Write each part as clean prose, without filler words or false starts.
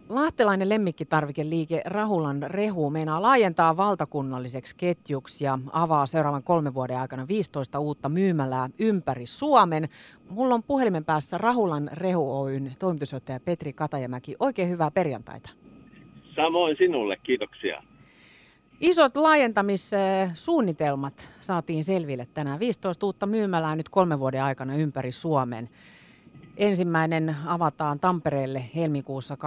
Lahtelainen lemmikkitarvikeliike Rahulan Rehu meinaa laajentaa valtakunnalliseksi ketjuksi ja avaa seuraavan 3 vuoden aikana 15 uutta myymälää ympäri Suomen. Mulla on puhelimen päässä Rahulan Rehu Oyn toimitusjohtaja Petri Katajamäki. Oikein hyvää perjantaita. Samoin sinulle, kiitoksia. Isot laajentamissuunnitelmat saatiin selville tänään. 15 uutta myymälää nyt 3 vuoden aikana ympäri Suomen. Ensimmäinen avataan Tampereelle helmikuussa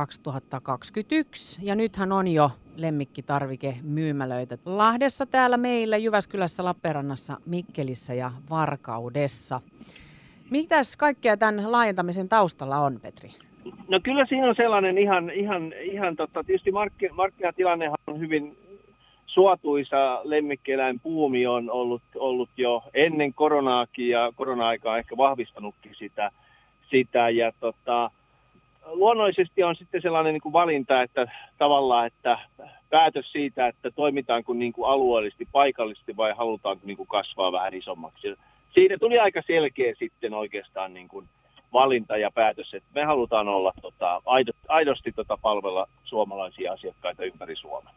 2021 ja nythän on jo lemmikkitarvikemyymälöitä Lahdessa täällä meillä, Jyväskylässä, Lappeenrannassa, Mikkelissä ja Varkaudessa. Mitäs kaikkea tämän laajentamisen taustalla on, Petri? No kyllä siinä on sellainen ihan tietysti markkinatilannehan on hyvin suotuisa. Lemmikkieläinbuumi on ollut jo ennen koronaakin ja korona-aikaa ehkä vahvistanutkin sitä ja luonnollisesti on sitten sellainen niin kuin valinta, että tavallaan, että päätös siitä, että toimitaanko niin kuin alueellisesti, paikallisesti vai halutaanko niin kuin kasvaa vähän isommaksi. Siitä tuli aika selkeä sitten oikeastaan niin kuin valinta ja päätös, että me halutaan olla aidosti palvella suomalaisia asiakkaita ympäri Suomea.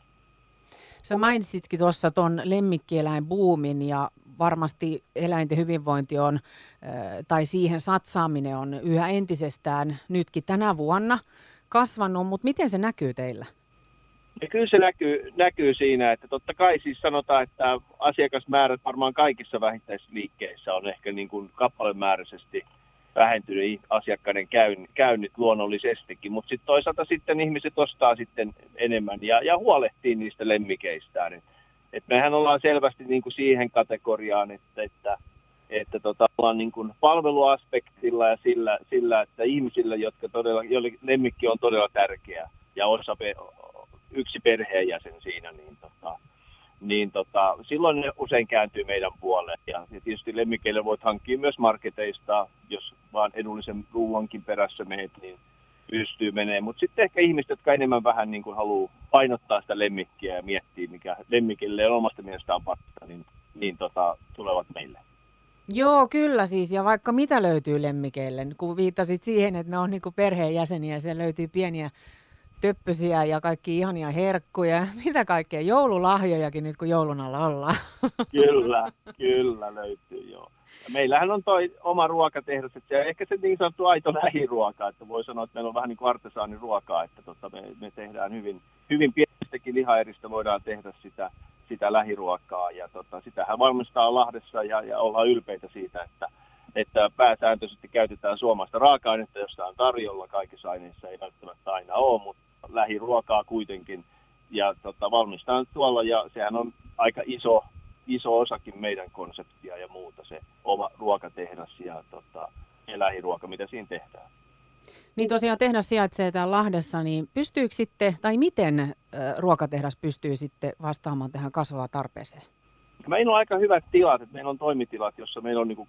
Sä mainitsitkin tuossa tuon lemmikkieläinbuumin ja varmasti eläinten hyvinvointi on, tai siihen satsaaminen on yhä entisestään nytkin tänä vuonna kasvanut, mutta miten se näkyy teillä? Ja kyllä se näkyy siinä, että totta kai siis sanotaan, että asiakasmäärät varmaan kaikissa vähittäisliikkeissä on ehkä niin kuin kappalemääräisesti vähentynyt asiakkaiden käynnit luonnollisestikin, mutta sitten toisaalta sitten ihmiset ostaa sitten enemmän ja huolehtii niistä lemmikeistään. Et mehän ollaan selvästi niin kuin siihen kategoriaan, että ollaan niin kuin palveluaspektilla ja sillä, että ihmisillä, joille lemmikki on todella tärkeä ja yksi perheenjäsen siinä, niin silloin ne usein kääntyy meidän puoleen. Ja tietysti lemmikeille voit hankkia myös marketeista, jos vaan edullisen ruuankin perässä menet, niin pystyy menemään. Mutta sitten ehkä ihmiset, jotka enemmän vähän niin kuin haluaa painottaa sitä lemmikkiä ja miettiä, mikä lemmikille on omasta mielestään parasta, niin tulevat meille. Joo, kyllä siis. Ja vaikka mitä löytyy lemmikeille, kun viittasit siihen, että ne on niin kuin perheenjäseniä, siellä löytyy pieniä töppösiä ja kaikki ihania herkkuja. Mitä kaikkea? Joululahjojakin nyt, kun joulun alla ollaan. Kyllä löytyy, joo. Ja meillähän on toi oma ruokatehdas, että se ehkä se niin sanottu aito lähiruoka, että voi sanoa, että meillä on vähän niin kuin artesaaniruokaa, että me tehdään hyvin pienestäkin lihaeristä voidaan tehdä sitä lähiruokaa ja sitähän valmistaa Lahdessa ja ollaan ylpeitä siitä, että pääsääntöisesti käytetään suomalaista raaka-ainetta, josta on tarjolla, kaikissa aineissa ei välttämättä aina ole, mutta lähiruokaa kuitenkin ja valmistetaan tuolla ja sehän on aika iso osakin meidän konseptia ja muuta, se oma ruokatehdas ja lähiruoka, mitä siinä tehdään. Niin tosiaan tehdas sijaitsee täällä Lahdessa, niin pystyykö sitten, tai miten ruokatehdas pystyy sitten vastaamaan tähän kasvavaan tarpeeseen? Meillä on aika hyvät tilat, että meillä on toimitilat, jossa meillä on niin kuin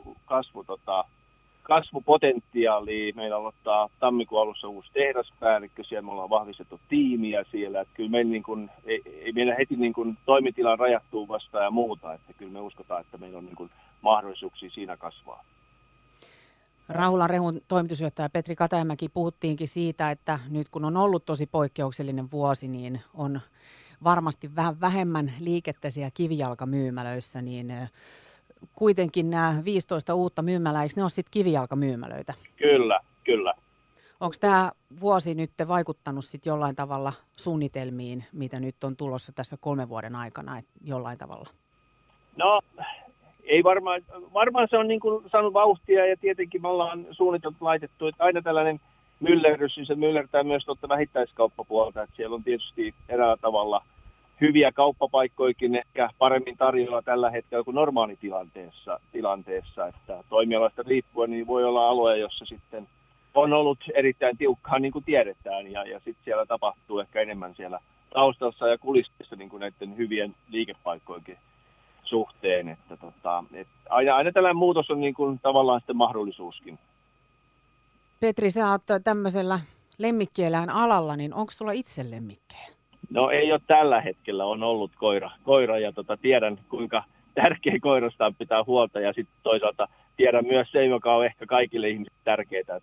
kasvupotentiaalia. Meillä on tammikuun alussa uusi tehdaspäällikkö, siellä me ollaan vahvistettu tiimiä siellä. Että kyllä meillä ei meillä heti niin kuin toimitilan rajattuu vastaan ja muuta, että kyllä me uskotaan, että meillä on niin kuin mahdollisuuksia siinä kasvaa. Rahulan Rehun toimitusjohtaja Petri Katajamäki, puhuttiinkin siitä, että nyt kun on ollut tosi poikkeuksellinen vuosi, niin on varmasti vähän vähemmän liikettä siellä kivijalkamyymälöissä, niin kuitenkin nämä 15 uutta myymälää, eikö ne ole sitten kivijalkamyymälöitä? Kyllä. Onko tämä vuosi nyt vaikuttanut sitten jollain tavalla suunnitelmiin, mitä nyt on tulossa tässä 3 vuoden aikana, jollain tavalla? No, ei varmaan se on niin kuin saanut vauhtia ja tietenkin me ollaan suunniteltu laitettu, että aina tällainen myllerrys, niin se myllertää myös vähittäiskauppapuolta, että siellä on tietysti eräällä tavalla hyviä kauppapaikkoikin ehkä paremmin tarjolla tällä hetkellä kuin normaalitilanteessa, että toimialasta riippuen niin voi olla alue, jossa sitten on ollut erittäin tiukkaa, niin kuin tiedetään, ja sitten siellä tapahtuu ehkä enemmän siellä taustassa ja kulississa niin kuin näiden hyvien liikepaikkojenkin suhteen, että aina tällainen muutos on niin kuin tavallaan sitten mahdollisuuskin. Petri, sä oot tämmöisellä lemmikkieläin alalla, niin onko sulla itse lemmikkejä? No ei ole tällä hetkellä, on ollut koira ja tiedän kuinka tärkeä koirastaan pitää huolta ja sitten toisaalta tiedän myös se, joka on ehkä kaikille ihmisille tärkeää, että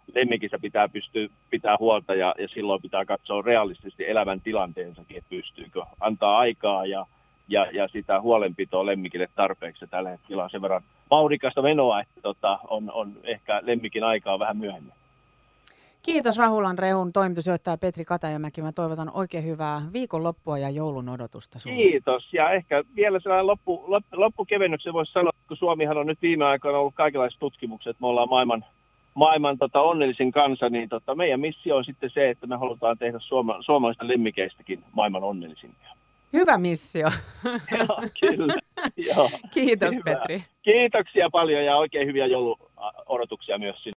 lemmikistä pitää pystyä pitää huolta ja silloin pitää katsoa realistisesti elävän tilanteensakin, että pystyykö antaa aikaa ja sitä huolenpitoa lemmikille tarpeeksi. Tällä hetkellä on sen verran vauhdikasta menoa, että on ehkä lemmikin aikaa vähän myöhemmin. Kiitos Rahulan Rehun toimitusjohtaja Petri Katajamäki. Mä toivotan oikein hyvää viikonloppua ja joulun odotusta sulle. Kiitos. Ja ehkä vielä sellainen loppukevennyksen voisi sanoa, kun Suomihan on nyt viime aikoina ollut kaikenlaiset tutkimukset. Me ollaan maailman onnellisin kansa, niin meidän missio on sitten se, että me halutaan tehdä suomalaisista lemmikeistäkin maailman onnellisimpia. Hyvä missio. Joo, kyllä. Joo. Kiitos Hyvä. Petri. Kiitoksia paljon ja oikein hyviä jouluodotuksia myös sinne.